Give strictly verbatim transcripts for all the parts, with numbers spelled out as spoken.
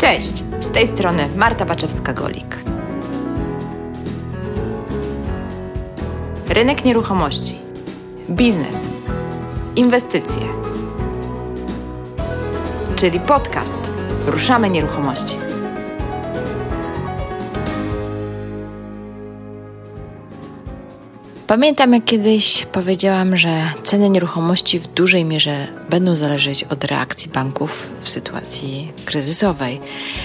Cześć, z tej strony Marta Baczewska-Golik. Rynek nieruchomości, biznes, inwestycje, czyli podcast Ruszamy Nieruchomości. Pamiętam, jak kiedyś powiedziałam, że ceny nieruchomości w dużej mierze będą zależeć od reakcji banków w sytuacji kryzysowej.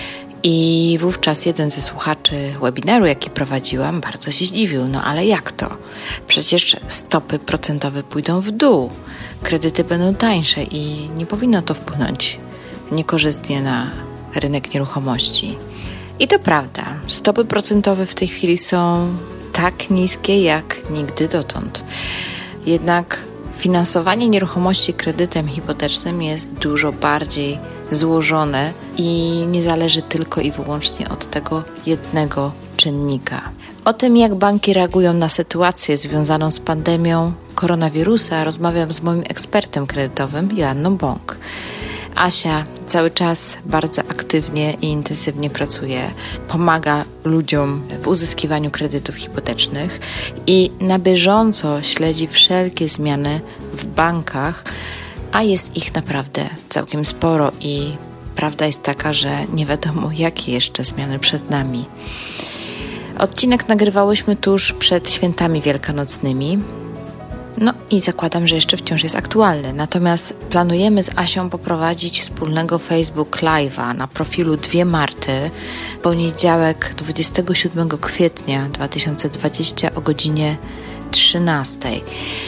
I wówczas jeden ze słuchaczy webinaru, jaki prowadziłam, bardzo się zdziwił. No ale jak to? Przecież stopy procentowe pójdą w dół, kredyty będą tańsze i nie powinno to wpłynąć niekorzystnie na rynek nieruchomości. I to prawda, stopy procentowe w tej chwili są tak niskie jak nigdy dotąd. Jednak finansowanie nieruchomości kredytem hipotecznym jest dużo bardziej złożone i nie zależy tylko i wyłącznie od tego jednego czynnika. O tym, jak banki reagują na sytuację związaną z pandemią koronawirusa, rozmawiam z moim ekspertem kredytowym, Joanną Bąk. Asia cały czas bardzo aktywnie i intensywnie pracuje, pomaga ludziom w uzyskiwaniu kredytów hipotecznych i na bieżąco śledzi wszelkie zmiany w bankach, a jest ich naprawdę całkiem sporo i prawda jest taka, że nie wiadomo, jakie jeszcze zmiany przed nami. Odcinek nagrywałyśmy tuż przed świętami wielkanocnymi. No i zakładam, że jeszcze wciąż jest aktualny. Natomiast planujemy z Asią poprowadzić wspólnego Facebook Live'a na profilu Dwie Marty poniedziałek dwudziestego siódmego kwietnia dwa tysiące dwudziestego o godzinie trzynastej.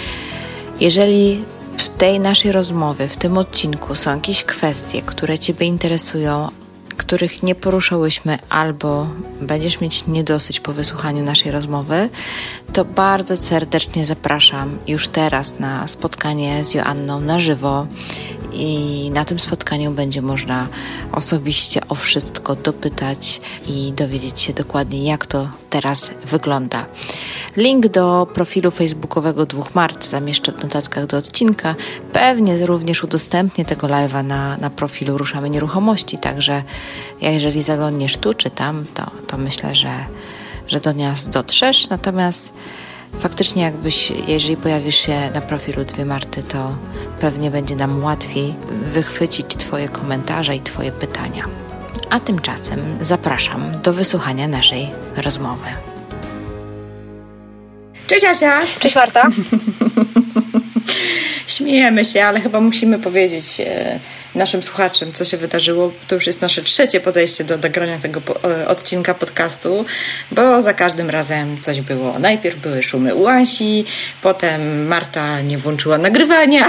Jeżeli w tej naszej rozmowie, w tym odcinku są jakieś kwestie, które Ciebie interesują, których nie poruszałyśmy albo będziesz mieć niedosyć po wysłuchaniu naszej rozmowy, to bardzo serdecznie zapraszam już teraz na spotkanie z Joanną na żywo i na tym spotkaniu będzie można osobiście o wszystko dopytać i dowiedzieć się dokładnie, jak to teraz wygląda. Link do profilu facebookowego Dwóch Mart zamieszczę w notatkach do odcinka. Pewnie również udostępnię tego live'a na, na profilu Ruszamy Nieruchomości, także jeżeli zaglądniesz tu czy tam, to, to myślę, że, że do nas dotrzesz. Natomiast faktycznie jakbyś, jeżeli pojawisz się na profilu Dwie Marty, to pewnie będzie nam łatwiej wychwycić Twoje komentarze i Twoje pytania. A tymczasem zapraszam do wysłuchania naszej rozmowy. Cześć Asia! Cześć Marta! Śmiejemy się, ale chyba musimy powiedzieć naszym słuchaczom, co się wydarzyło. To już jest nasze trzecie podejście do nagrania tego odcinka podcastu, bo za każdym razem coś było. Najpierw były szumy u Asi, potem Marta nie włączyła nagrywania.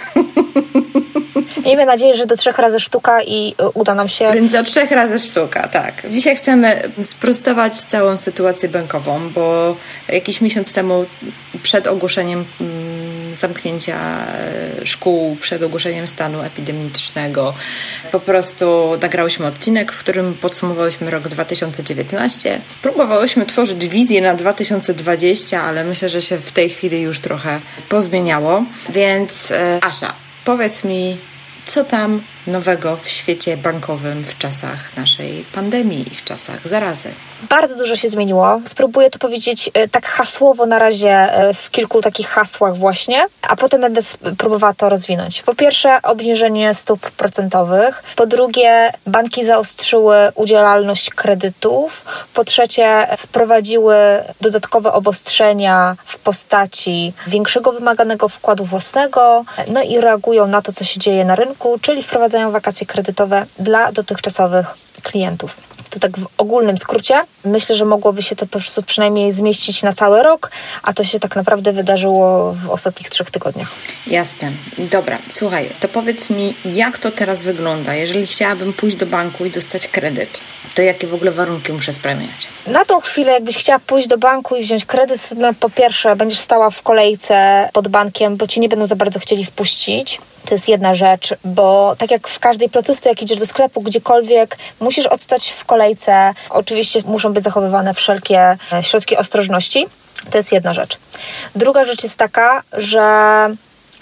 Miejmy nadzieję, że do trzech razy sztuka i uda nam się... Więc za trzech razy sztuka, tak. Dzisiaj chcemy sprostować całą sytuację bankową, bo jakiś miesiąc temu przed ogłoszeniem zamknięcia szkół, przed ogłoszeniem stanu epidemicznego po prostu nagrałyśmy odcinek, w którym podsumowałyśmy rok dwa tysiące dziewiętnasty. Próbowałyśmy tworzyć wizję na dwa tysiące dwudziesty, ale myślę, że się w tej chwili już trochę pozmieniało. Więc Asia, powiedz mi, co tam nowego w świecie bankowym w czasach naszej pandemii i w czasach zarazy? Bardzo dużo się zmieniło. Spróbuję to powiedzieć tak hasłowo na razie w kilku takich hasłach właśnie, a potem będę próbowała to rozwinąć. Po pierwsze, obniżenie stóp procentowych. Po drugie, banki zaostrzyły udzielalność kredytów. Po trzecie, wprowadziły dodatkowe obostrzenia w postaci większego wymaganego wkładu własnego, no i reagują na to, co się dzieje na rynku, czyli wprowadzają wakacje kredytowe dla dotychczasowych klientów. To tak w ogólnym skrócie. Myślę, że mogłoby się to po prostu przynajmniej zmieścić na cały rok, a to się tak naprawdę wydarzyło w ostatnich trzech tygodniach. Jasne. Dobra, słuchaj, to powiedz mi, jak to teraz wygląda? Jeżeli chciałabym pójść do banku i dostać kredyt, to jakie w ogóle warunki muszę spełniać? Na tą chwilę, jakbyś chciała pójść do banku i wziąć kredyt, no po pierwsze będziesz stała w kolejce pod bankiem, bo ci nie będą za bardzo chcieli wpuścić. To jest jedna rzecz, bo tak jak w każdej placówce, jak idziesz do sklepu, gdziekolwiek, musisz odstać w kolejce. Oczywiście muszą być zachowywane wszelkie środki ostrożności. To jest jedna rzecz. Druga rzecz jest taka, że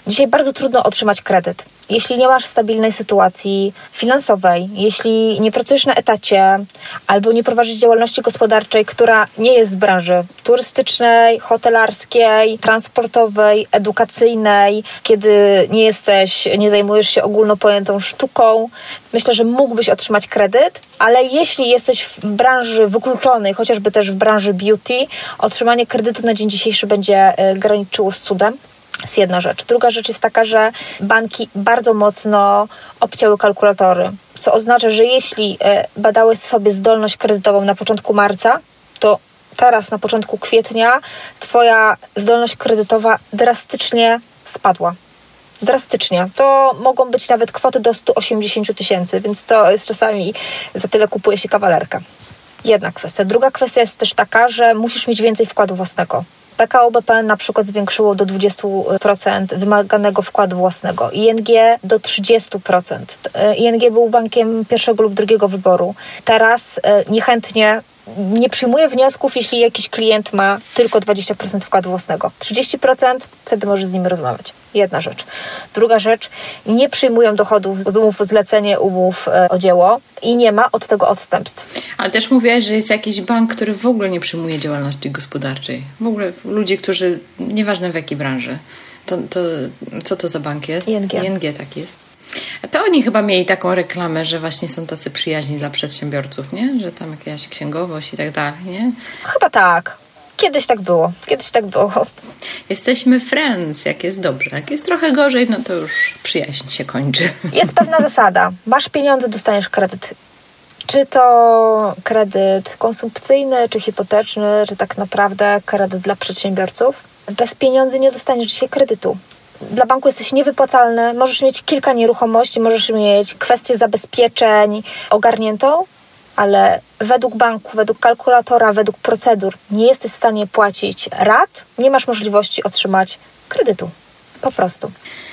Dzisiaj bardzo trudno otrzymać kredyt. Jeśli nie masz stabilnej sytuacji finansowej, jeśli nie pracujesz na etacie albo nie prowadzisz działalności gospodarczej, która nie jest z branży turystycznej, hotelarskiej, transportowej, edukacyjnej, kiedy nie jesteś, nie zajmujesz się ogólno pojętą sztuką, myślę, że mógłbyś otrzymać kredyt, ale jeśli jesteś w branży wykluczonej, chociażby też w branży beauty, otrzymanie kredytu na dzień dzisiejszy będzie graniczyło z cudem. To jest jedna rzecz. Druga rzecz jest taka, że banki bardzo mocno obcięły kalkulatory, co oznacza, że jeśli badałeś sobie zdolność kredytową na początku marca, to teraz na początku kwietnia twoja zdolność kredytowa drastycznie spadła. Drastycznie. To mogą być nawet kwoty do sto osiemdziesiąt tysięcy, więc to jest czasami za tyle kupuje się kawalerkę. Jedna kwestia. Druga kwestia jest też taka, że musisz mieć więcej wkładu własnego. P K O B P na przykład zwiększyło do dwadzieścia procent wymaganego wkładu własnego, I N G do trzydzieści procent. I N G był bankiem pierwszego lub drugiego wyboru. Teraz niechętnie nie przyjmuje wniosków, jeśli jakiś klient ma tylko dwadzieścia procent wkładu własnego. trzydzieści procent, wtedy możesz z nim rozmawiać. Jedna rzecz. Druga rzecz, nie przyjmują dochodów z umów o zlecenie, umów o dzieło i nie ma od tego odstępstw. Ale też mówiłaś, że jest jakiś bank, który w ogóle nie przyjmuje działalności gospodarczej. W ogóle ludzie, którzy, nieważne w jakiej branży. To, to, co to za bank jest? I N G. I N G, tak jest. A to oni chyba mieli taką reklamę, że właśnie są tacy przyjaźni dla przedsiębiorców, nie? Że tam jakaś księgowość i tak dalej, nie? Chyba tak. Kiedyś tak było. Kiedyś tak było. Jesteśmy friends, jak jest dobrze. Jak jest trochę gorzej, no to już przyjaźń się kończy. Jest pewna zasada. Masz pieniądze, dostaniesz kredyt. Czy to kredyt konsumpcyjny, czy hipoteczny, czy tak naprawdę kredyt dla przedsiębiorców. Bez pieniędzy nie dostaniesz dzisiaj kredytu. Dla banku jesteś niewypłacalny, możesz mieć kilka nieruchomości, możesz mieć kwestię zabezpieczeń ogarniętą, ale według banku, według kalkulatora, według procedur nie jesteś w stanie płacić rat, nie masz możliwości otrzymać kredytu. Po prostu.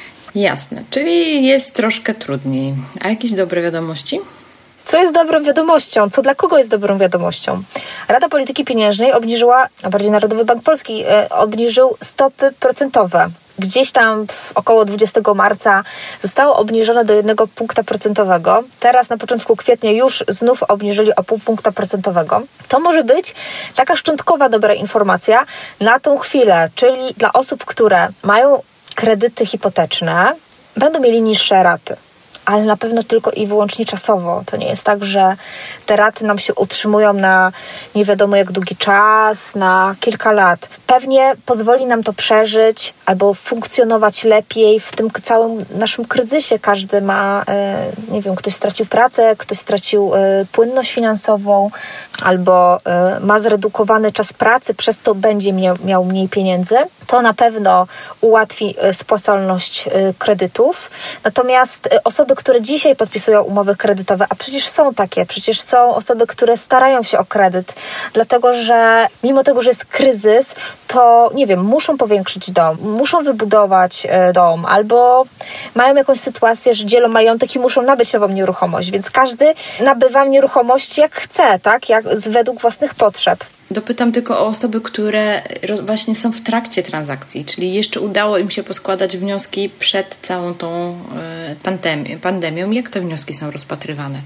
Jasne, czyli jest troszkę trudniej. A jakieś dobre wiadomości? Co jest dobrą wiadomością? Co dla kogo jest dobrą wiadomością? Rada Polityki Pieniężnej obniżyła, a bardziej Narodowy Bank Polski e, obniżył stopy procentowe. Gdzieś tam w około dwudziestego marca zostało obniżone do jednego punkta procentowego. Teraz na początku kwietnia już znów obniżyli o pół punkta procentowego. To może być taka szczątkowa dobra informacja na tą chwilę, czyli dla osób, które mają kredyty hipoteczne, będą mieli niższe raty. Ale na pewno tylko i wyłącznie czasowo. To nie jest tak, że te raty nam się utrzymują na nie wiadomo jak długi czas, na kilka lat. Pewnie pozwoli nam to przeżyć albo funkcjonować lepiej w tym całym naszym kryzysie. Każdy ma, nie wiem, ktoś stracił pracę, ktoś stracił płynność finansową albo ma zredukowany czas pracy, przez to będzie miał mniej pieniędzy. To na pewno ułatwi spłacalność kredytów. Natomiast osoby, które dzisiaj podpisują umowy kredytowe, a przecież są takie, przecież są osoby, które starają się o kredyt, dlatego że mimo tego, że jest kryzys, to nie wiem, muszą powiększyć dom, muszą wybudować dom, albo mają jakąś sytuację, że dzielą majątek i muszą nabyć nową nieruchomość, więc każdy nabywa nieruchomości jak chce, tak, jak według własnych potrzeb. Dopytam tylko o osoby, które właśnie są w trakcie transakcji, czyli jeszcze udało im się poskładać wnioski przed całą tą pandemią. pandemią. Jak te wnioski są rozpatrywane?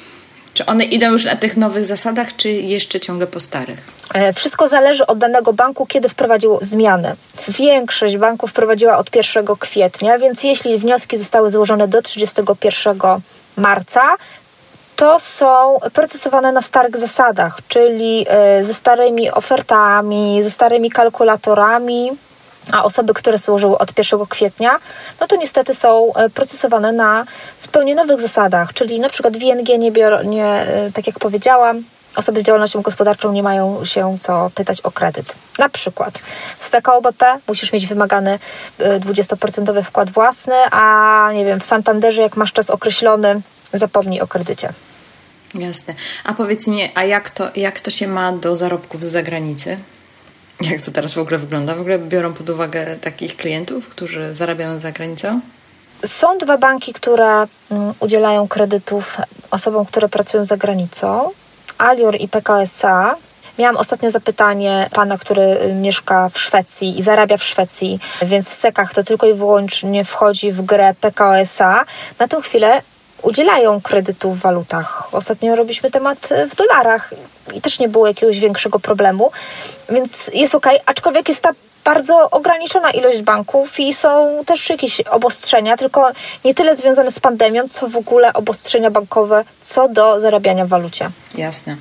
Czy one idą już na tych nowych zasadach, czy jeszcze ciągle po starych? Wszystko zależy od danego banku, kiedy wprowadził zmiany. Większość banków wprowadziła od pierwszego kwietnia, więc jeśli wnioski zostały złożone do trzydziestego pierwszego marca, to są procesowane na starych zasadach, czyli ze starymi ofertami, ze starymi kalkulatorami, a osoby, które złożyły od pierwszego kwietnia, no to niestety są procesowane na zupełnie nowych zasadach, czyli na przykład w I N G nie, bior, nie tak jak powiedziałam, osoby z działalnością gospodarczą nie mają się co pytać o kredyt. Na przykład w P K O B P musisz mieć wymagany dwudziestoprocentowy wkład własny, a nie wiem, w Santanderze jak masz czas określony, zapomnij o kredycie. Jasne. A powiedz mi, a jak to, jak to się ma do zarobków z zagranicy? Jak to teraz w ogóle wygląda? W ogóle biorą pod uwagę takich klientów, którzy zarabiają za granicą? Są dwa banki, które udzielają kredytów osobom, które pracują za granicą. Alior i P K O S A. Miałam ostatnio zapytanie pana, który mieszka w Szwecji i zarabia w Szwecji, więc w sekach to tylko i wyłącznie wchodzi w grę P K O S A. Na tę chwilę udzielają kredytu w walutach. Ostatnio robiliśmy temat w dolarach i też nie było jakiegoś większego problemu, więc jest okej, aczkolwiek jest ta bardzo ograniczona ilość banków i są też jakieś obostrzenia, tylko nie tyle związane z pandemią, co w ogóle obostrzenia bankowe co do zarabiania w walucie. Jasne,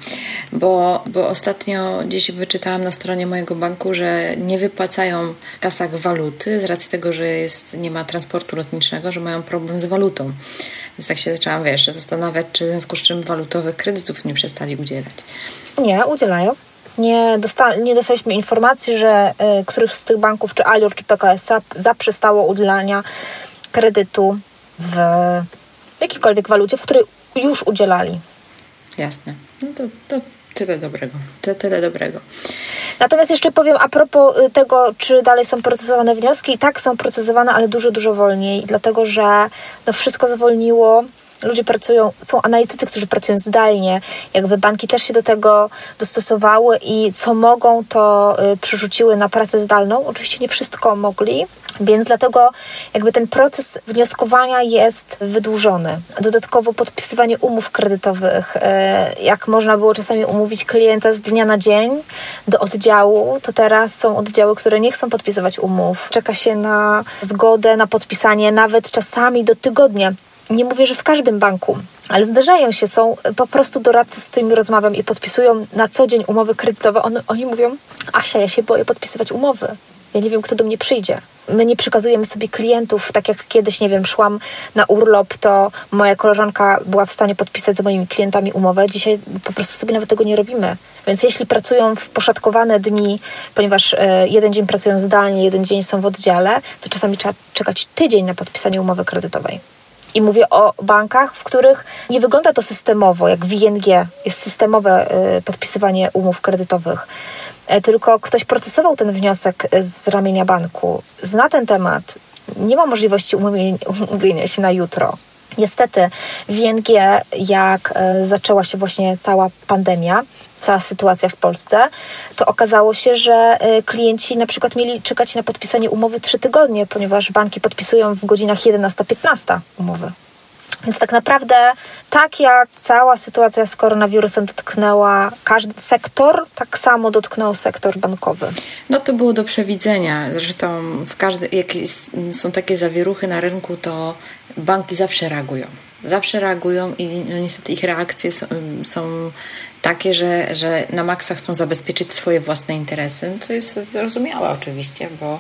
bo, bo ostatnio gdzieś wyczytałam na stronie mojego banku, że nie wypłacają w kasach waluty z racji tego, że jest, nie ma transportu lotniczego, że mają problem z walutą. Więc tak się zaczęłam, wiesz, zastanawiać, czy w związku z czym walutowych kredytów nie przestali udzielać. Nie, udzielają. Nie, dosta- nie dostaliśmy informacji, że y, któryś z tych banków, czy Alior, czy P K O S A zaprzestało udzielania kredytu w jakiejkolwiek walucie, w której już udzielali. Jasne. No to, to tyle dobrego. To tyle dobrego. Natomiast jeszcze powiem a propos tego, czy dalej są procesowane wnioski. Tak, są procesowane, ale dużo, dużo wolniej, dlatego że no, wszystko zwolniło. Ludzie pracują, są analitycy, którzy pracują zdalnie. Jakby banki też się do tego dostosowały i co mogą, to y, przerzuciły na pracę zdalną. Oczywiście nie wszystko mogli, więc dlatego jakby ten proces wnioskowania jest wydłużony. Dodatkowo podpisywanie umów kredytowych. Y, jak można było czasami umówić klienta z dnia na dzień do oddziału, to teraz są oddziały, które nie chcą podpisywać umów. Czeka się na zgodę, na podpisanie nawet czasami do tygodnia. Nie mówię, że w każdym banku, ale zdarzają się, są po prostu doradcy, z którymi rozmawiam i podpisują na co dzień umowy kredytowe. On, oni mówią, Asia, ja się boję podpisywać umowy. Ja nie wiem, kto do mnie przyjdzie. My nie przekazujemy sobie klientów, tak jak kiedyś, nie wiem, szłam na urlop, to moja koleżanka była w stanie podpisać z moimi klientami umowę. Dzisiaj po prostu sobie nawet tego nie robimy. Więc jeśli pracują w poszatkowane dni, ponieważ e, jeden dzień pracują zdalnie, jeden dzień są w oddziale, to czasami trzeba czekać tydzień na podpisanie umowy kredytowej. I mówię o bankach, w których nie wygląda to systemowo, jak w I N G jest systemowe y, podpisywanie umów kredytowych, y, tylko ktoś procesował ten wniosek z ramienia banku, zna ten temat, nie ma możliwości umówienia, umówienia się na jutro. Niestety w I N G, jak y, zaczęła się właśnie cała pandemia, cała sytuacja w Polsce, to okazało się, że klienci na przykład mieli czekać na podpisanie umowy trzy tygodnie, ponieważ banki podpisują w godzinach jedenasta piętnaście umowy. Więc tak naprawdę, tak jak cała sytuacja z koronawirusem dotknęła każdy sektor, tak samo dotknął sektor bankowy. No to było do przewidzenia. Zresztą w każdy, jak są takie zawieruchy na rynku, to banki zawsze reagują. Zawsze reagują i no niestety ich reakcje są, są takie, że, że na maksa chcą zabezpieczyć swoje własne interesy, co jest zrozumiałe oczywiście, bo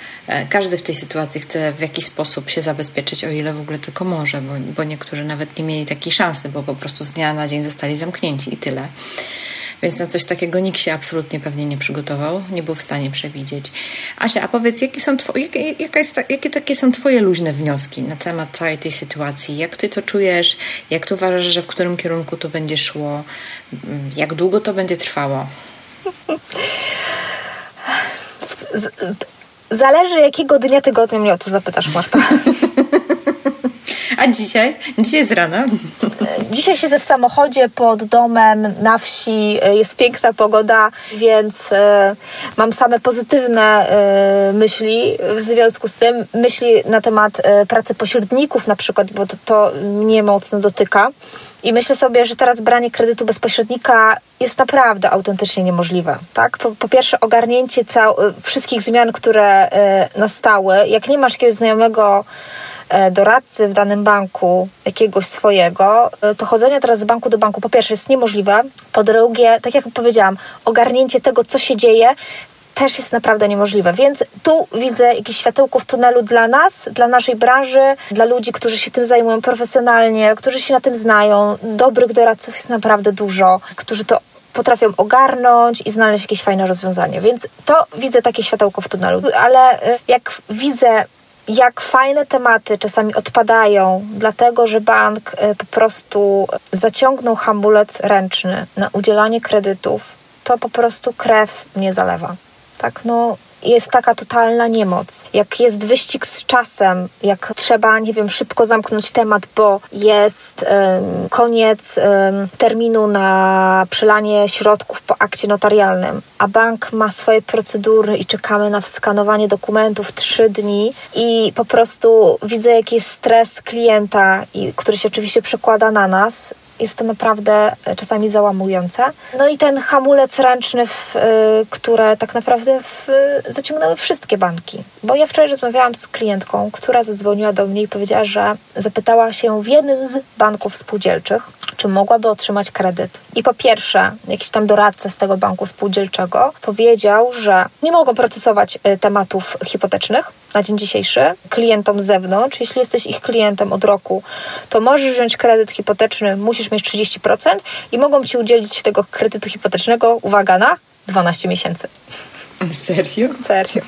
każdy w tej sytuacji chce w jakiś sposób się zabezpieczyć, o ile w ogóle tylko może, bo, bo niektórzy nawet nie mieli takiej szansy, bo po prostu z dnia na dzień zostali zamknięci i tyle. Więc na coś takiego nikt się absolutnie pewnie nie przygotował, nie był w stanie przewidzieć. Asia, a powiedz, jakie są twoje, jaka jest ta, jakie takie są twoje luźne wnioski na temat całej tej sytuacji? Jak ty to czujesz? Jak ty uważasz, że w którym kierunku to będzie szło? Jak długo to będzie trwało? Z, zależy, jakiego dnia tygodnia mnie o to zapytasz, Marta. A dzisiaj? Dzisiaj z rana? Dzisiaj siedzę w samochodzie pod domem na wsi, jest piękna pogoda, więc y, mam same pozytywne y, myśli w związku z tym. Myśli na temat y, pracy pośredników na przykład, bo to, to mnie mocno dotyka. I myślę sobie, że teraz branie kredytu bez pośrednika jest naprawdę autentycznie niemożliwe. Tak? Po, po pierwsze ogarnięcie cał- wszystkich zmian, które y, nastały. Jak nie masz jakiegoś znajomego doradcy w danym banku, jakiegoś swojego, to chodzenie teraz z banku do banku po pierwsze jest niemożliwe, po drugie, tak jak powiedziałam, ogarnięcie tego, co się dzieje, też jest naprawdę niemożliwe. Więc tu widzę jakieś światełko w tunelu dla nas, dla naszej branży, dla ludzi, którzy się tym zajmują profesjonalnie, którzy się na tym znają. Dobrych doradców jest naprawdę dużo, którzy to potrafią ogarnąć i znaleźć jakieś fajne rozwiązanie. Więc to widzę takie światełko w tunelu. Ale jak widzę, jak fajne tematy czasami odpadają, dlatego że bank po prostu zaciągnął hamulec ręczny na udzielanie kredytów, to po prostu krew mnie zalewa. Tak, no jest taka totalna niemoc, jak jest wyścig z czasem, jak trzeba, nie wiem, szybko zamknąć temat, bo jest um, koniec um, terminu na przelanie środków po akcie notarialnym, a bank ma swoje procedury i czekamy na wskanowanie dokumentów trzy dni i po prostu widzę, jaki jest stres klienta, i, który się oczywiście przekłada na nas. Jest to naprawdę czasami załamujące. No i ten hamulec ręczny, w, y, które tak naprawdę w, y, zaciągnęły wszystkie banki. Bo ja wczoraj rozmawiałam z klientką, która zadzwoniła do mnie i powiedziała, że zapytała się w jednym z banków spółdzielczych, czy mogłaby otrzymać kredyt. I po pierwsze, jakiś tam doradca z tego banku spółdzielczego powiedział, że nie mogą procesować y, tematów hipotecznych na dzień dzisiejszy klientom z zewnątrz. Jeśli jesteś ich klientem od roku, to możesz wziąć kredyt hipoteczny, musisz mieć trzydzieści procent i mogą ci udzielić tego kredytu hipotecznego, uwaga, na dwanaście miesięcy. Serio? Serio.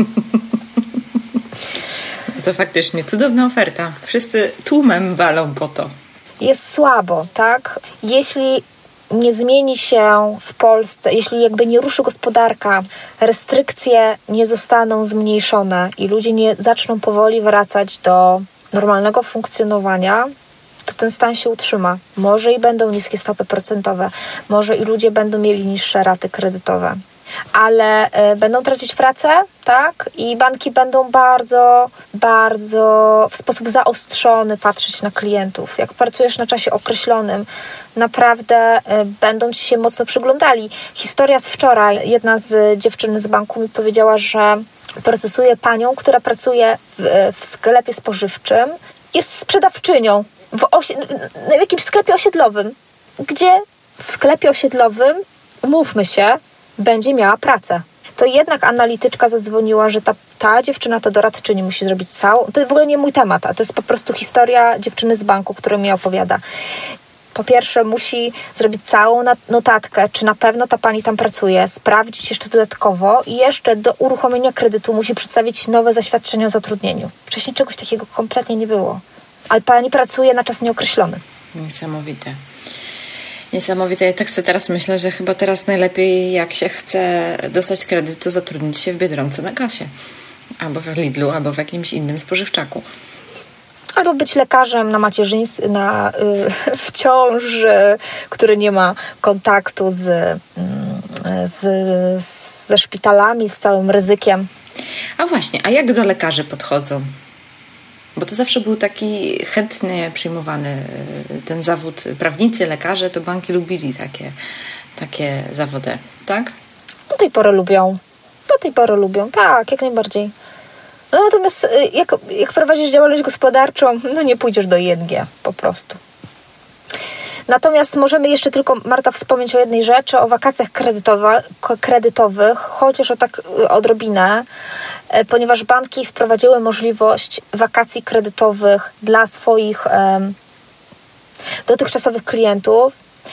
To faktycznie cudowna oferta. Wszyscy tłumem walą po to. Jest słabo, tak? Jeśli nie zmieni się w Polsce, jeśli jakby nie ruszy gospodarka, restrykcje nie zostaną zmniejszone i ludzie nie zaczną powoli wracać do normalnego funkcjonowania, to ten stan się utrzyma. Może i będą niskie stopy procentowe, może i ludzie będą mieli niższe raty kredytowe, ale y, będą tracić pracę, tak? I banki będą bardzo, bardzo w sposób zaostrzony patrzeć na klientów. Jak pracujesz na czasie określonym, naprawdę y, będą ci się mocno przyglądali. Historia z wczoraj. Jedna z dziewczyn z banku mi powiedziała, że procesuje panią, która pracuje w, w sklepie spożywczym, jest sprzedawczynią w, osi- w jakimś sklepie osiedlowym, gdzie w sklepie osiedlowym, umówmy się, będzie miała pracę. To jednak analityczka zadzwoniła, że ta, ta dziewczyna, to doradczyni musi zrobić całą... To w ogóle nie mój temat, a to jest po prostu historia dziewczyny z banku, która mi opowiada. Po pierwsze musi zrobić całą notatkę, czy na pewno ta pani tam pracuje, sprawdzić jeszcze dodatkowo i jeszcze do uruchomienia kredytu musi przedstawić nowe zaświadczenie o zatrudnieniu. Wcześniej czegoś takiego kompletnie nie było. Ale pani pracuje na czas nieokreślony. Niesamowite. Niesamowite. Ja tak sobie teraz myślę, że chyba teraz najlepiej, jak się chce dostać kredyt, to zatrudnić się w Biedronce na kasie. Albo w Lidlu, albo w jakimś innym spożywczaku. Albo być lekarzem na macierzyństwie, na, y, w ciąży, który nie ma kontaktu z, y, z, ze szpitalami, z całym ryzykiem. A właśnie, a jak do lekarzy podchodzą? Bo to zawsze był taki chętnie przyjmowany ten zawód. Prawnicy, lekarze, to banki lubili takie, takie zawody, tak? Do tej pory lubią. Do tej pory lubią, tak, jak najbardziej. No natomiast jak, jak prowadzisz działalność gospodarczą, no nie pójdziesz do I N G po prostu. Natomiast możemy jeszcze tylko, Marta, wspomnieć o jednej rzeczy, o wakacjach kredytowa, kredytowych, chociaż o tak odrobinę, ponieważ banki wprowadziły możliwość wakacji kredytowych dla swoich um, dotychczasowych klientów.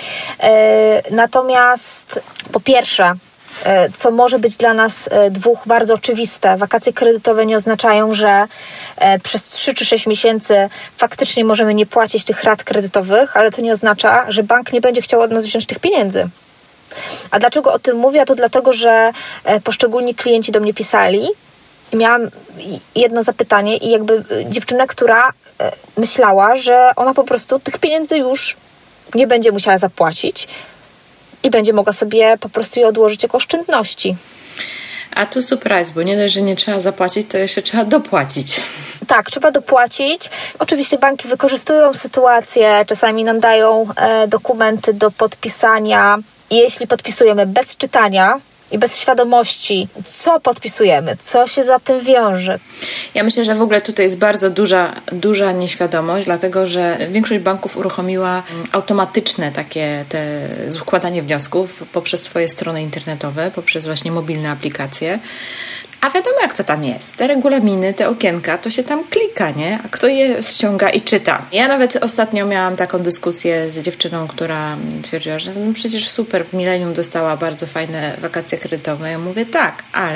E, natomiast po pierwsze, co może być dla nas dwóch bardzo oczywiste. Wakacje kredytowe nie oznaczają, że przez trzy czy sześć miesięcy faktycznie możemy nie płacić tych rat kredytowych, ale to nie oznacza, że bank nie będzie chciał od nas wziąć tych pieniędzy. A dlaczego o tym mówię? A to dlatego, że poszczególni klienci do mnie pisali i miałam jedno zapytanie i jakby dziewczynę, która myślała, że ona po prostu tych pieniędzy już nie będzie musiała zapłacić i będzie mogła sobie po prostu je odłożyć jako oszczędności. A tu surprise, bo nie dość, że nie trzeba zapłacić, to jeszcze trzeba dopłacić. Tak, trzeba dopłacić. Oczywiście banki wykorzystują sytuację, czasami nam dają e, dokumenty do podpisania. Jeśli podpisujemy bez czytania i bez świadomości, co podpisujemy, co się za tym wiąże. Ja myślę, że w ogóle tutaj jest bardzo duża, duża nieświadomość, dlatego że większość banków uruchomiła automatyczne takie te składanie wniosków poprzez swoje strony internetowe, poprzez właśnie mobilne aplikacje. A wiadomo, jak to tam jest. Te regulaminy, te okienka, to się tam klika, nie? A kto je ściąga i czyta? Ja nawet ostatnio miałam taką dyskusję z dziewczyną, która twierdziła, że no przecież super, w Millennium dostała bardzo fajne wakacje kredytowe. Ja mówię, tak, ale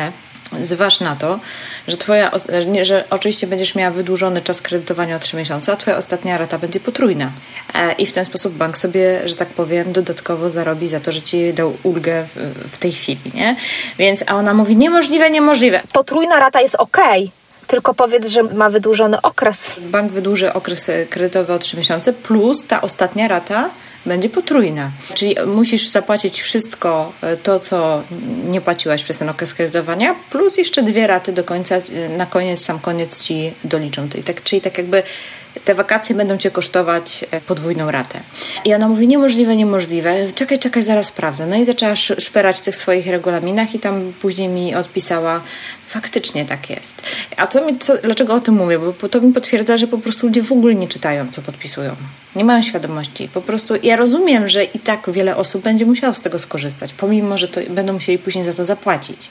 Zważ na to, że twoja, że oczywiście będziesz miała wydłużony czas kredytowania o trzy miesiące, a twoja ostatnia rata będzie potrójna. I w ten sposób bank sobie, że tak powiem, dodatkowo zarobi za to, że ci dał ulgę w, w tej chwili, nie? Więc, a ona mówi, niemożliwe, niemożliwe. Potrójna rata jest okej. Okay. Tylko powiedz, że ma wydłużony okres. Bank wydłuży okres kredytowy o trzy miesiące, plus ta ostatnia rata będzie potrójna. Czyli musisz zapłacić wszystko to, co nie płaciłaś przez ten okres kredytowania, plus jeszcze dwie raty do końca, na koniec, sam koniec ci doliczą. I tak, czyli tak jakby te wakacje będą cię kosztować podwójną ratę. I ona mówi, niemożliwe, niemożliwe. Czekaj, czekaj, zaraz sprawdzę. No i zaczęła szperać w tych swoich regulaminach i tam później mi odpisała, faktycznie tak jest. A co mi, co, dlaczego o tym mówię? Bo to mi potwierdza, że po prostu ludzie w ogóle nie czytają, co podpisują. Nie mają świadomości. Po prostu ja rozumiem, że i tak wiele osób będzie musiało z tego skorzystać, pomimo, że to będą musieli później za to zapłacić.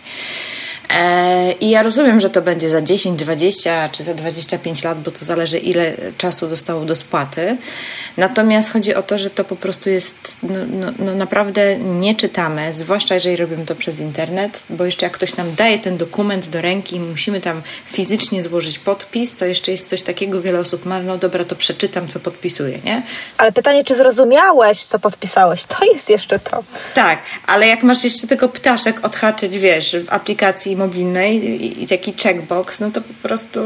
I ja rozumiem, że to będzie za dziesięć, dwadzieścia czy za dwadzieścia pięć lat, bo to zależy, ile czasu dostało do spłaty. Natomiast chodzi o to, że to po prostu jest no, no, no naprawdę nie czytamy, zwłaszcza jeżeli robimy to przez internet, bo jeszcze jak ktoś nam daje ten dokument do ręki i musimy tam fizycznie złożyć podpis, to jeszcze jest coś takiego, wiele osób ma, no dobra, to przeczytam, co podpisuję, nie? Ale pytanie, czy zrozumiałeś, co podpisałeś? To jest jeszcze to. Tak, ale jak masz jeszcze tylko ptaszek odhaczyć, wiesz, w aplikacji mobilnej i, i taki checkbox, no to po prostu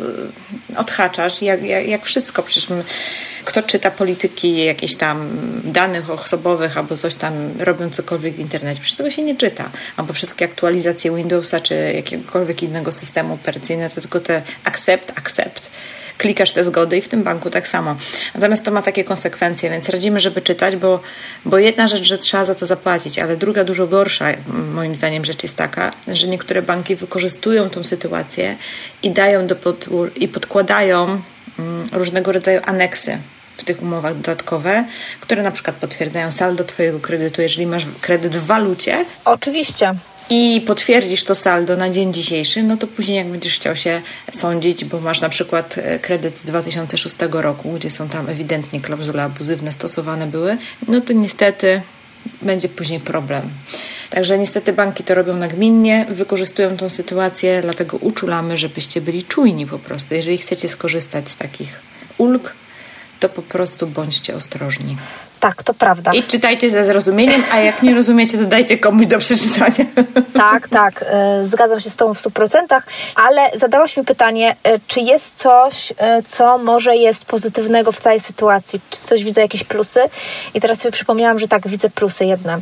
odhaczasz, jak, jak, jak wszystko. Przecież kto czyta polityki jakichś tam danych osobowych albo coś tam, robią cokolwiek w internecie, przecież tego się nie czyta. Albo wszystkie aktualizacje Windowsa czy jakiegokolwiek innego systemu operacyjnego, to tylko te accept, accept. Klikasz te zgody i w tym banku tak samo. Natomiast to ma takie konsekwencje, więc radzimy, żeby czytać, bo, bo jedna rzecz, że trzeba za to zapłacić, ale druga, dużo gorsza, moim zdaniem, rzecz jest taka, że niektóre banki wykorzystują tą sytuację i dają do pod, i podkładają mm, różnego rodzaju aneksy w tych umowach dodatkowe, które na przykład potwierdzają saldo twojego kredytu, jeżeli masz kredyt w walucie. Oczywiście. I potwierdzisz to saldo na dzień dzisiejszy, no to później jak będziesz chciał się sądzić, bo masz na przykład kredyt z dwa tysiące szóstego roku, gdzie są tam ewidentnie klauzule abuzywne stosowane były, no to niestety będzie później problem. Także niestety banki to robią nagminnie, wykorzystują tą sytuację, dlatego uczulamy, żebyście byli czujni po prostu. Jeżeli chcecie skorzystać z takich ulg, to po prostu bądźcie ostrożni. Tak, to prawda. I czytajcie ze zrozumieniem, a jak nie rozumiecie, to dajcie komuś do przeczytania. Tak, tak. Zgadzam się z tobą w stu procentach, ale zadałaś mi pytanie, czy jest coś, co może jest pozytywnego w całej sytuacji? Czy coś widzę, jakieś plusy? I teraz sobie przypomniałam, że tak, widzę plusy jedne.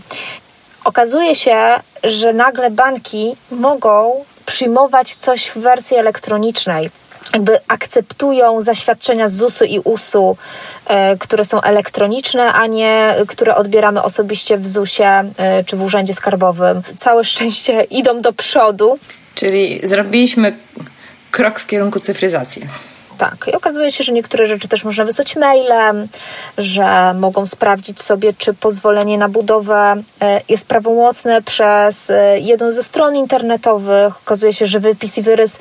Okazuje się, że nagle banki mogą przyjmować coś w wersji elektronicznej. Jakby akceptują zaświadczenia z zusu i usu, e, które są elektroniczne, a nie które odbieramy osobiście w zusie e, czy w urzędzie skarbowym. Całe szczęście idą do przodu. Czyli zrobiliśmy krok w kierunku cyfryzacji. Tak. I okazuje się, że niektóre rzeczy też można wysłać mailem, że mogą sprawdzić sobie, czy pozwolenie na budowę e, jest prawomocne przez e, jedną ze stron internetowych. Okazuje się, że wypis i wyrys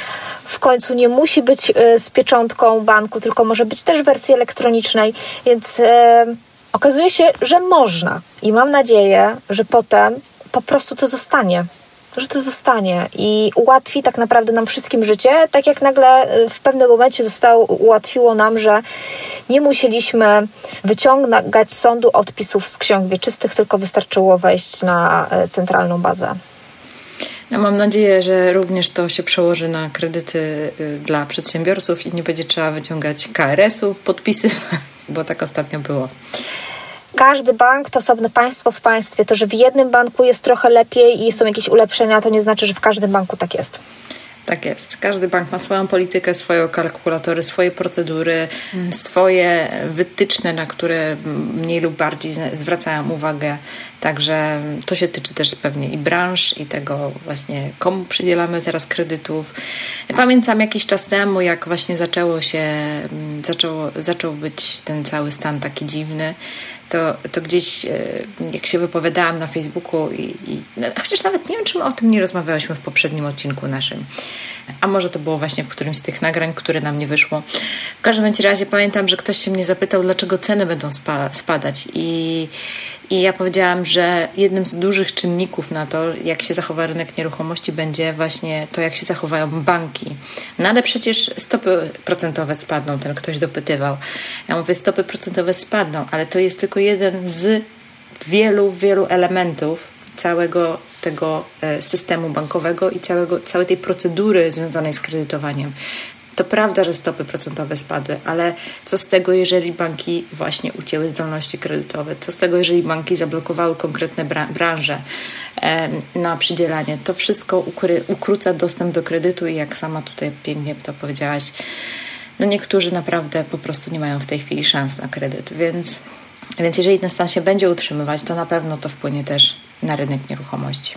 w końcu nie musi być z pieczątką banku, tylko może być też w wersji elektronicznej, więc e, okazuje się, że można i mam nadzieję, że potem po prostu to zostanie, że to zostanie i ułatwi tak naprawdę nam wszystkim życie, tak jak nagle w pewnym momencie zostało, ułatwiło nam, że nie musieliśmy wyciągać z sądu odpisów z ksiąg wieczystych, tylko wystarczyło wejść na centralną bazę. Ja mam nadzieję, że również to się przełoży na kredyty dla przedsiębiorców i nie będzie trzeba wyciągać K R S-ów, podpisy, bo tak ostatnio było. Każdy bank to osobne państwo w państwie. To, że w jednym banku jest trochę lepiej i są jakieś ulepszenia, to nie znaczy, że w każdym banku tak jest. Tak jest. Każdy bank ma swoją politykę, swoje kalkulatory, swoje procedury, hmm. swoje wytyczne, na które mniej lub bardziej zwracają uwagę. Także to się tyczy też pewnie i branż, i tego właśnie, komu przydzielamy teraz kredytów. Pamiętam jakiś czas temu, jak właśnie zaczęło się, zaczęło, zaczął być ten cały stan taki dziwny, to, to gdzieś jak się wypowiadałam na Facebooku i, i no, chociaż nawet nie wiem, czy my o tym nie rozmawiałyśmy w poprzednim odcinku naszym, a może to było właśnie w którymś z tych nagrań, które nam nie wyszło. W każdym razie pamiętam, że ktoś się mnie zapytał, dlaczego ceny będą spa- spadać i, i ja powiedziałam, że jednym z dużych czynników na to, jak się zachowa rynek nieruchomości, będzie właśnie to, jak się zachowają banki. No ale przecież stopy procentowe spadną, ten ktoś dopytywał. Ja mówię, stopy procentowe spadną, ale to jest tylko jeden z wielu, wielu elementów całego tego systemu bankowego i całego, całej tej procedury związanej z kredytowaniem. To prawda, że stopy procentowe spadły, ale co z tego, jeżeli banki właśnie ucięły zdolności kredytowe? Co z tego, jeżeli banki zablokowały konkretne bra- branże e, na przydzielanie? To wszystko ukry- ukróca dostęp do kredytu i jak sama tutaj pięknie to powiedziałaś, no niektórzy naprawdę po prostu nie mają w tej chwili szans na kredyt, więc, więc jeżeli ten stan się będzie utrzymywać, to na pewno to wpłynie też na rynek nieruchomości.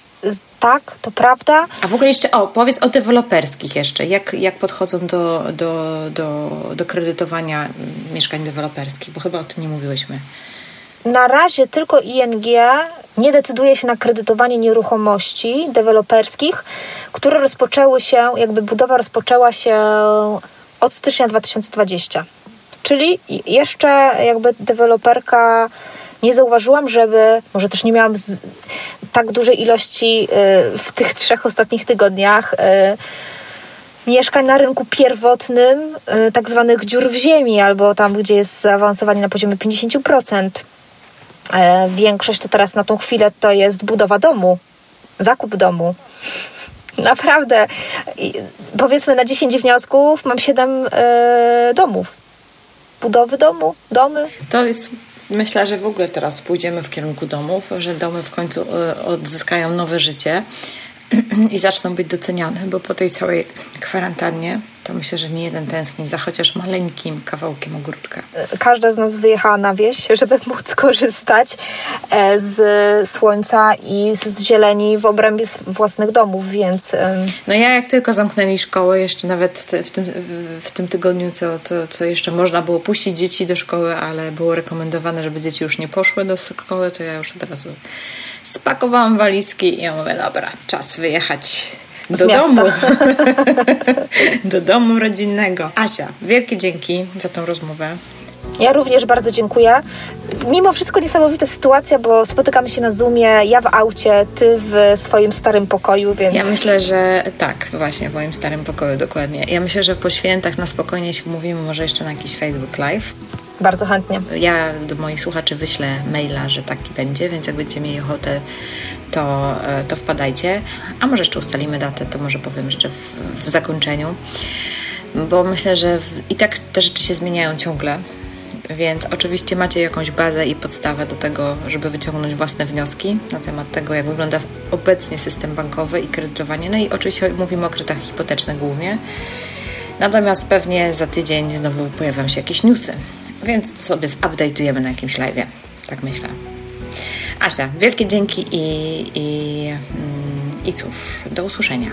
Tak, to prawda. A w ogóle jeszcze, o, powiedz o deweloperskich jeszcze. Jak, jak podchodzą do, do, do, do kredytowania mieszkań deweloperskich? Bo chyba o tym nie mówiłyśmy. Na razie tylko I N G nie decyduje się na kredytowanie nieruchomości deweloperskich, które rozpoczęły się, jakby budowa rozpoczęła się od stycznia dwa tysiące dwudziestego. Czyli jeszcze jakby deweloperka nie zauważyłam, żeby, może też nie miałam z, tak dużej ilości y, w tych trzech ostatnich tygodniach y, mieszkań na rynku pierwotnym, y, tak zwanych dziur w ziemi, albo tam, gdzie jest zaawansowanie na poziomie pięćdziesiąt procent. Y, większość to teraz na tą chwilę to jest budowa domu, zakup domu. Naprawdę, y, powiedzmy na dziesięć wniosków mam siedem y, domów. Budowy domu, domy. To jest... Myślę, że w ogóle teraz pójdziemy w kierunku domów, że domy w końcu odzyskają nowe życie i zaczną być doceniane, bo po tej całej kwarantannie to myślę, że nie jeden tęskni za chociaż maleńkim kawałkiem ogródka. Każda z nas wyjechała na wieś, żeby móc korzystać z słońca i z zieleni w obrębie własnych domów, więc... No ja jak tylko zamknęli szkołę, jeszcze nawet w tym, w tym tygodniu, co, to, co jeszcze można było puścić dzieci do szkoły, ale było rekomendowane, żeby dzieci już nie poszły do szkoły, to ja już od razu spakowałam walizki i ja mówię, dobra, czas wyjechać do domu. Do domu rodzinnego. Asia, wielkie dzięki za tą rozmowę. Ja również bardzo dziękuję. Mimo wszystko niesamowita sytuacja, bo spotykamy się na Zoomie, ja w aucie, ty w swoim starym pokoju, więc... Ja myślę, że tak, właśnie w moim starym pokoju, dokładnie. Ja myślę, że po świętach na spokojnie się mówimy, może jeszcze na jakiś Facebook Live. Bardzo chętnie. Ja do moich słuchaczy wyślę maila, że taki będzie, więc jak będziecie mieli ochotę, to, to wpadajcie. A może jeszcze ustalimy datę, to może powiem jeszcze w, w zakończeniu. Bo myślę, że w, i tak te rzeczy się zmieniają ciągle. Więc oczywiście macie jakąś bazę i podstawę do tego, żeby wyciągnąć własne wnioski na temat tego, jak wygląda obecnie system bankowy i kredytowanie. No i oczywiście mówimy o kredytach hipotecznych głównie. Natomiast pewnie za tydzień znowu pojawią się jakieś newsy. Więc to sobie zupdate'ujemy na jakimś live'ie. Tak myślę. Asia, wielkie dzięki i, i, i cóż, do usłyszenia.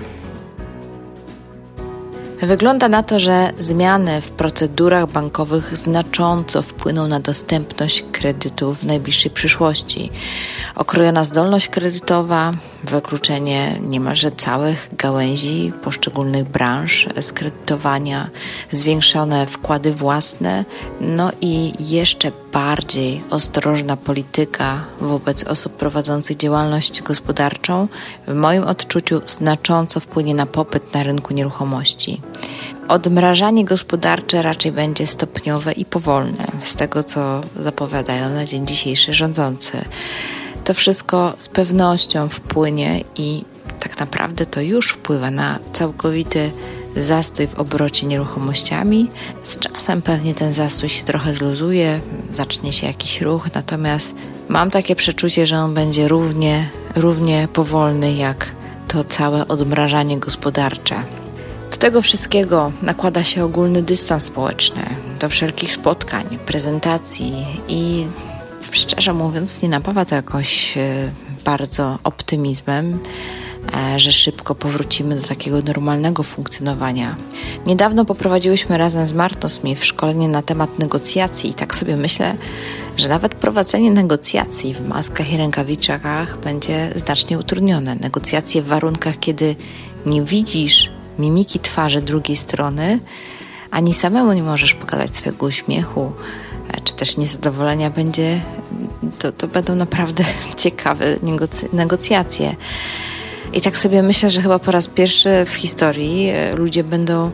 Wygląda na to, że zmiany w procedurach bankowych znacząco wpłyną na dostępność kredytów w najbliższej przyszłości. Okrojona zdolność kredytowa, wykluczenie niemalże całych gałęzi poszczególnych branż z kredytowania, zwiększone wkłady własne, no i jeszcze bardziej ostrożna polityka wobec osób prowadzących działalność gospodarczą w moim odczuciu znacząco wpłynie na popyt na rynku nieruchomości. Odmrażanie gospodarcze raczej będzie stopniowe i powolne, z tego co zapowiadają na dzień dzisiejszy rządzący. To wszystko z pewnością wpłynie i tak naprawdę to już wpływa na całkowity zastój w obrocie nieruchomościami. Z czasem pewnie ten zastój się trochę zluzuje, zacznie się jakiś ruch, natomiast mam takie przeczucie, że on będzie równie, równie powolny jak to całe odmrażanie gospodarcze. Do tego wszystkiego nakłada się ogólny dystans społeczny, do wszelkich spotkań, prezentacji i szczerze mówiąc nie napawa to jakoś bardzo optymizmem. że szybko powrócimy do takiego normalnego funkcjonowania. Niedawno poprowadziłyśmy razem z Martą Smith szkolenie na temat negocjacji i tak sobie myślę, że nawet prowadzenie negocjacji w maskach i rękawiczkach będzie znacznie utrudnione. Negocjacje w warunkach, kiedy nie widzisz mimiki twarzy drugiej strony, ani samemu nie możesz pokazać swojego uśmiechu, czy też niezadowolenia, będzie, to, to będą naprawdę ciekawe negoc- negocjacje. I tak sobie myślę, że chyba po raz pierwszy w historii ludzie będą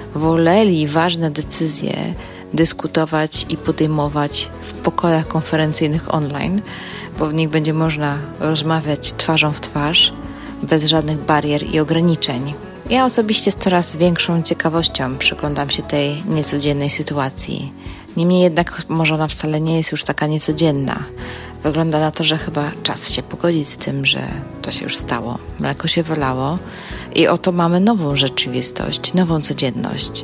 woleli ważne decyzje dyskutować i podejmować w pokojach konferencyjnych online, bo w nich będzie można rozmawiać twarzą w twarz, bez żadnych barier i ograniczeń. Ja osobiście z coraz większą ciekawością przyglądam się tej niecodziennej sytuacji. Niemniej jednak może ona wcale nie jest już taka niecodzienna. Wygląda na to, że chyba czas się pogodzić z tym, że to się już stało. Mleko się wylało i oto mamy nową rzeczywistość, nową codzienność,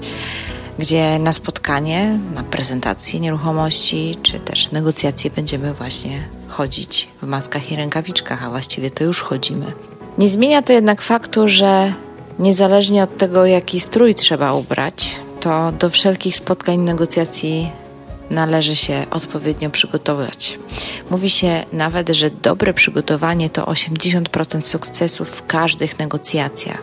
gdzie na spotkanie, na prezentację nieruchomości, czy też negocjacje będziemy właśnie chodzić w maskach i rękawiczkach, a właściwie to już chodzimy. Nie zmienia to jednak faktu, że niezależnie od tego, jaki strój trzeba ubrać, to do wszelkich spotkań, negocjacji należy się odpowiednio przygotować. Mówi się nawet, że dobre przygotowanie to osiemdziesiąt procent sukcesu w każdych negocjacjach.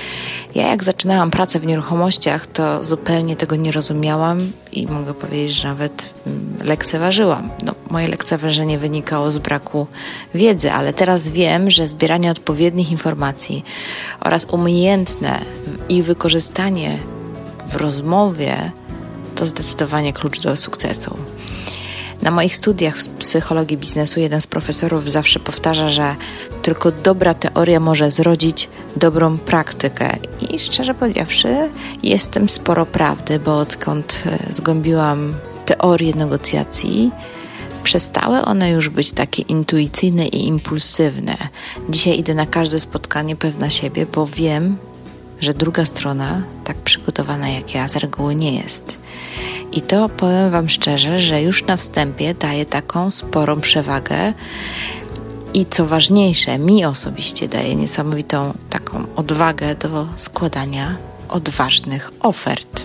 Ja jak zaczynałam pracę w nieruchomościach, to zupełnie tego nie rozumiałam i mogę powiedzieć, że nawet lekceważyłam. No, moje lekceważenie wynikało z braku wiedzy, ale teraz wiem, że zbieranie odpowiednich informacji oraz umiejętne ich wykorzystanie w rozmowie to zdecydowanie klucz do sukcesu. Na moich studiach z psychologii biznesu jeden z profesorów zawsze powtarza, że tylko dobra teoria może zrodzić dobrą praktykę. I szczerze powiedziawszy, jest w tym sporo prawdy, bo odkąd zgłębiłam teorię negocjacji, przestały one już być takie intuicyjne i impulsywne. Dzisiaj idę na każde spotkanie pewna siebie, bo wiem, że druga strona tak przygotowana jak ja z reguły nie jest. I to powiem Wam szczerze, że już na wstępie daje taką sporą przewagę i co ważniejsze, mi osobiście daje niesamowitą taką odwagę do składania odważnych ofert.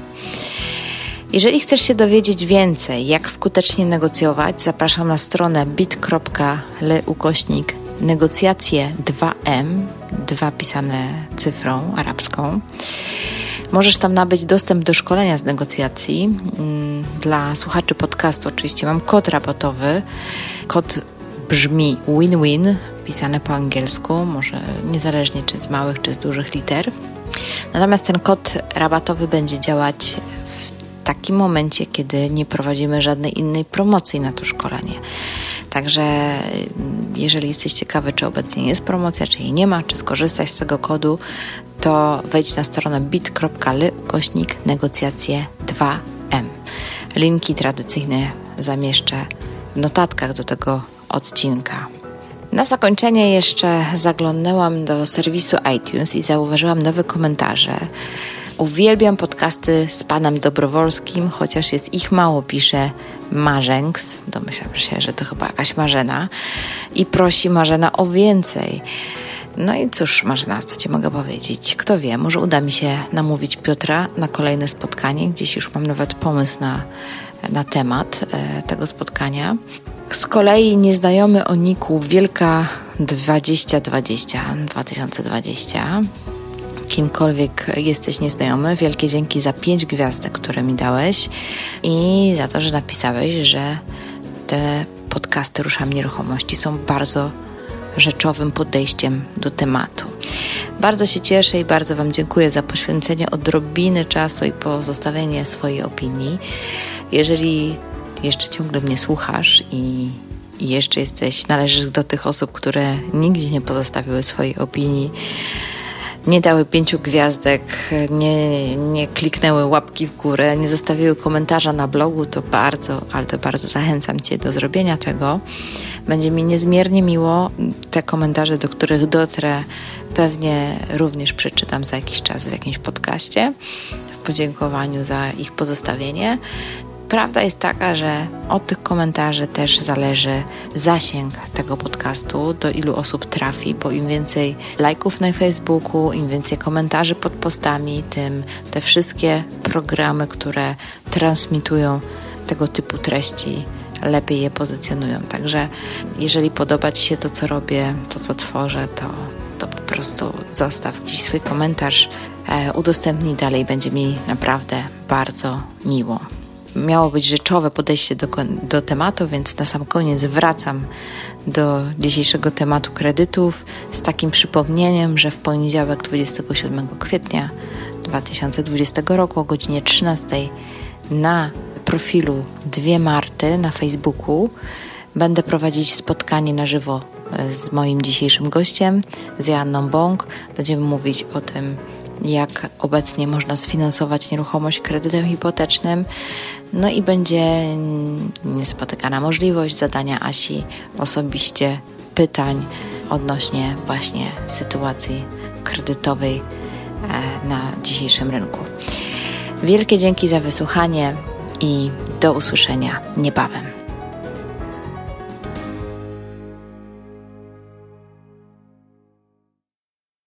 Jeżeli chcesz się dowiedzieć więcej, jak skutecznie negocjować, zapraszam na stronę bit.ly ukośnik negocjacje dwa em, dwa pisane cyfrą arabską. Możesz tam nabyć dostęp do szkolenia z negocjacji. Dla słuchaczy podcastu oczywiście mam kod rabatowy. Kod brzmi win-win, pisane po angielsku, może niezależnie czy z małych, czy z dużych liter. Natomiast ten kod rabatowy będzie działać w takim momencie, kiedy nie prowadzimy żadnej innej promocji na to szkolenie. Także jeżeli jesteś ciekawy, czy obecnie jest promocja, czy jej nie ma, czy skorzystać z tego kodu, to wejdź na stronę bit.ly ukośnik negocjacje dwa em. Linki tradycyjne zamieszczę w notatkach do tego odcinka. Na zakończenie jeszcze zaglądnęłam do serwisu iTunes i zauważyłam nowe komentarze. Uwielbiam podcasty z panem Dobrowolskim, chociaż jest ich mało, pisze Marzenks. Domyślam się, że to chyba jakaś Marzena. I prosi Marzena o więcej. No i cóż, Marzena, co Ci mogę powiedzieć? Kto wie, może uda mi się namówić Piotra na kolejne spotkanie. Gdzieś już mam nawet pomysł na, na temat e, tego spotkania. Z kolei nieznajomy o niku Wielka dwadzieścia dwadzieścia, dwa tysiące dwadzieścia. Kimkolwiek jesteś nieznajomy, wielkie dzięki za pięć gwiazdek, które mi dałeś i za to, że napisałeś, że te podcasty Ruszam Nieruchomości są bardzo rzeczowym podejściem do tematu. Bardzo się cieszę i bardzo Wam dziękuję za poświęcenie odrobiny czasu i pozostawienie swojej opinii. Jeżeli jeszcze ciągle mnie słuchasz i i jeszcze jesteś, należysz do tych osób, które nigdzie nie pozostawiły swojej opinii, nie dały pięciu gwiazdek, nie, nie kliknęły łapki w górę, nie zostawiły komentarza na blogu, to bardzo, ale to bardzo zachęcam Cię do zrobienia tego. Będzie mi niezmiernie miło. Te komentarze, do których dotrę, pewnie również przeczytam za jakiś czas w jakimś podcaście, w podziękowaniu za ich pozostawienie. Prawda jest taka, że od tych komentarzy też zależy zasięg tego podcastu, do ilu osób trafi, bo im więcej lajków na Facebooku, im więcej komentarzy pod postami, tym te wszystkie programy, które transmitują tego typu treści, lepiej je pozycjonują. Także jeżeli podoba Ci się to, co robię, to, co tworzę, to, to po prostu zostaw gdzieś swój komentarz, e, udostępnij dalej, będzie mi naprawdę bardzo miło. Miało być rzeczowe podejście do, do tematu, więc na sam koniec wracam do dzisiejszego tematu kredytów z takim przypomnieniem, że w poniedziałek dwudziestego siódmego kwietnia dwa tysiące dwudziestego roku o godzinie trzynastej na profilu Dwie Marty na Facebooku będę prowadzić spotkanie na żywo z moim dzisiejszym gościem, z Joanną Bąk. Będziemy mówić o tym, jak obecnie można sfinansować nieruchomość kredytem hipotecznym. No i będzie niespotykana możliwość zadania Asi osobiście pytań odnośnie właśnie sytuacji kredytowej na dzisiejszym rynku. Wielkie dzięki za wysłuchanie i do usłyszenia niebawem.